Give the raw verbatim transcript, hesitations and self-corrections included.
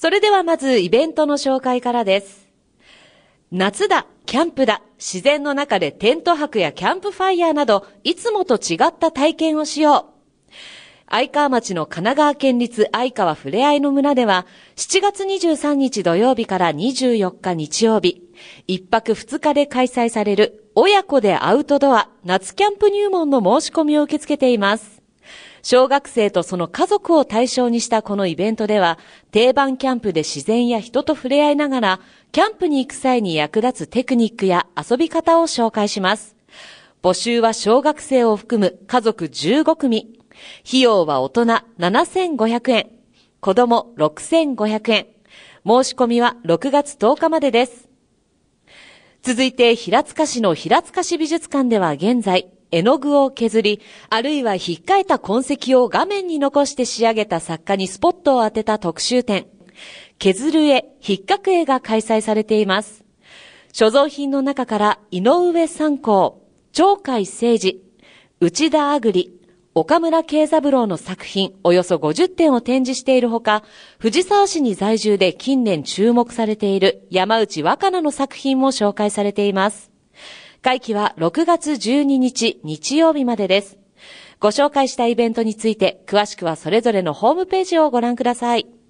それではまずイベントの紹介からです。夏だ、キャンプだ、自然の中でテント泊やキャンプファイヤーなど、いつもと違った体験をしよう。愛川町の神奈川県立愛川ふれあいの村では、しちがつにじゅうさんにち土曜日からにじゅうよっか日曜日、いっぱくふつかで開催される親子でアウトドア夏キャンプ入門の申し込みを受け付けています。小学生とその家族を対象にしたこのイベントでは、定番キャンプで自然や人と触れ合いながら、キャンプに行く際に役立つテクニックや遊び方を紹介します。募集は小学生を含む家族じゅうごくみ。費用は大人ななせんごひゃくえん、子供ろくせんごひゃくえん。申し込みはろくがつとおかまでです。続いて平塚市の平塚市美術館では現在、絵の具を削り、あるいは引っかいた痕跡を画面に残して仕上げた作家にスポットを当てた特集展、削る絵、引っかく絵が開催されています。所蔵品の中から井上三光、鳥海誠二、内田あぐり、岡村慶三郎の作品およそごじゅってんを展示しているほか、藤沢市に在住で近年注目されている山内若菜の作品も紹介されています。会期はろくがつじゅうににち日曜日までです。ご紹介したイベントについて詳しくはそれぞれのホームページをご覧ください。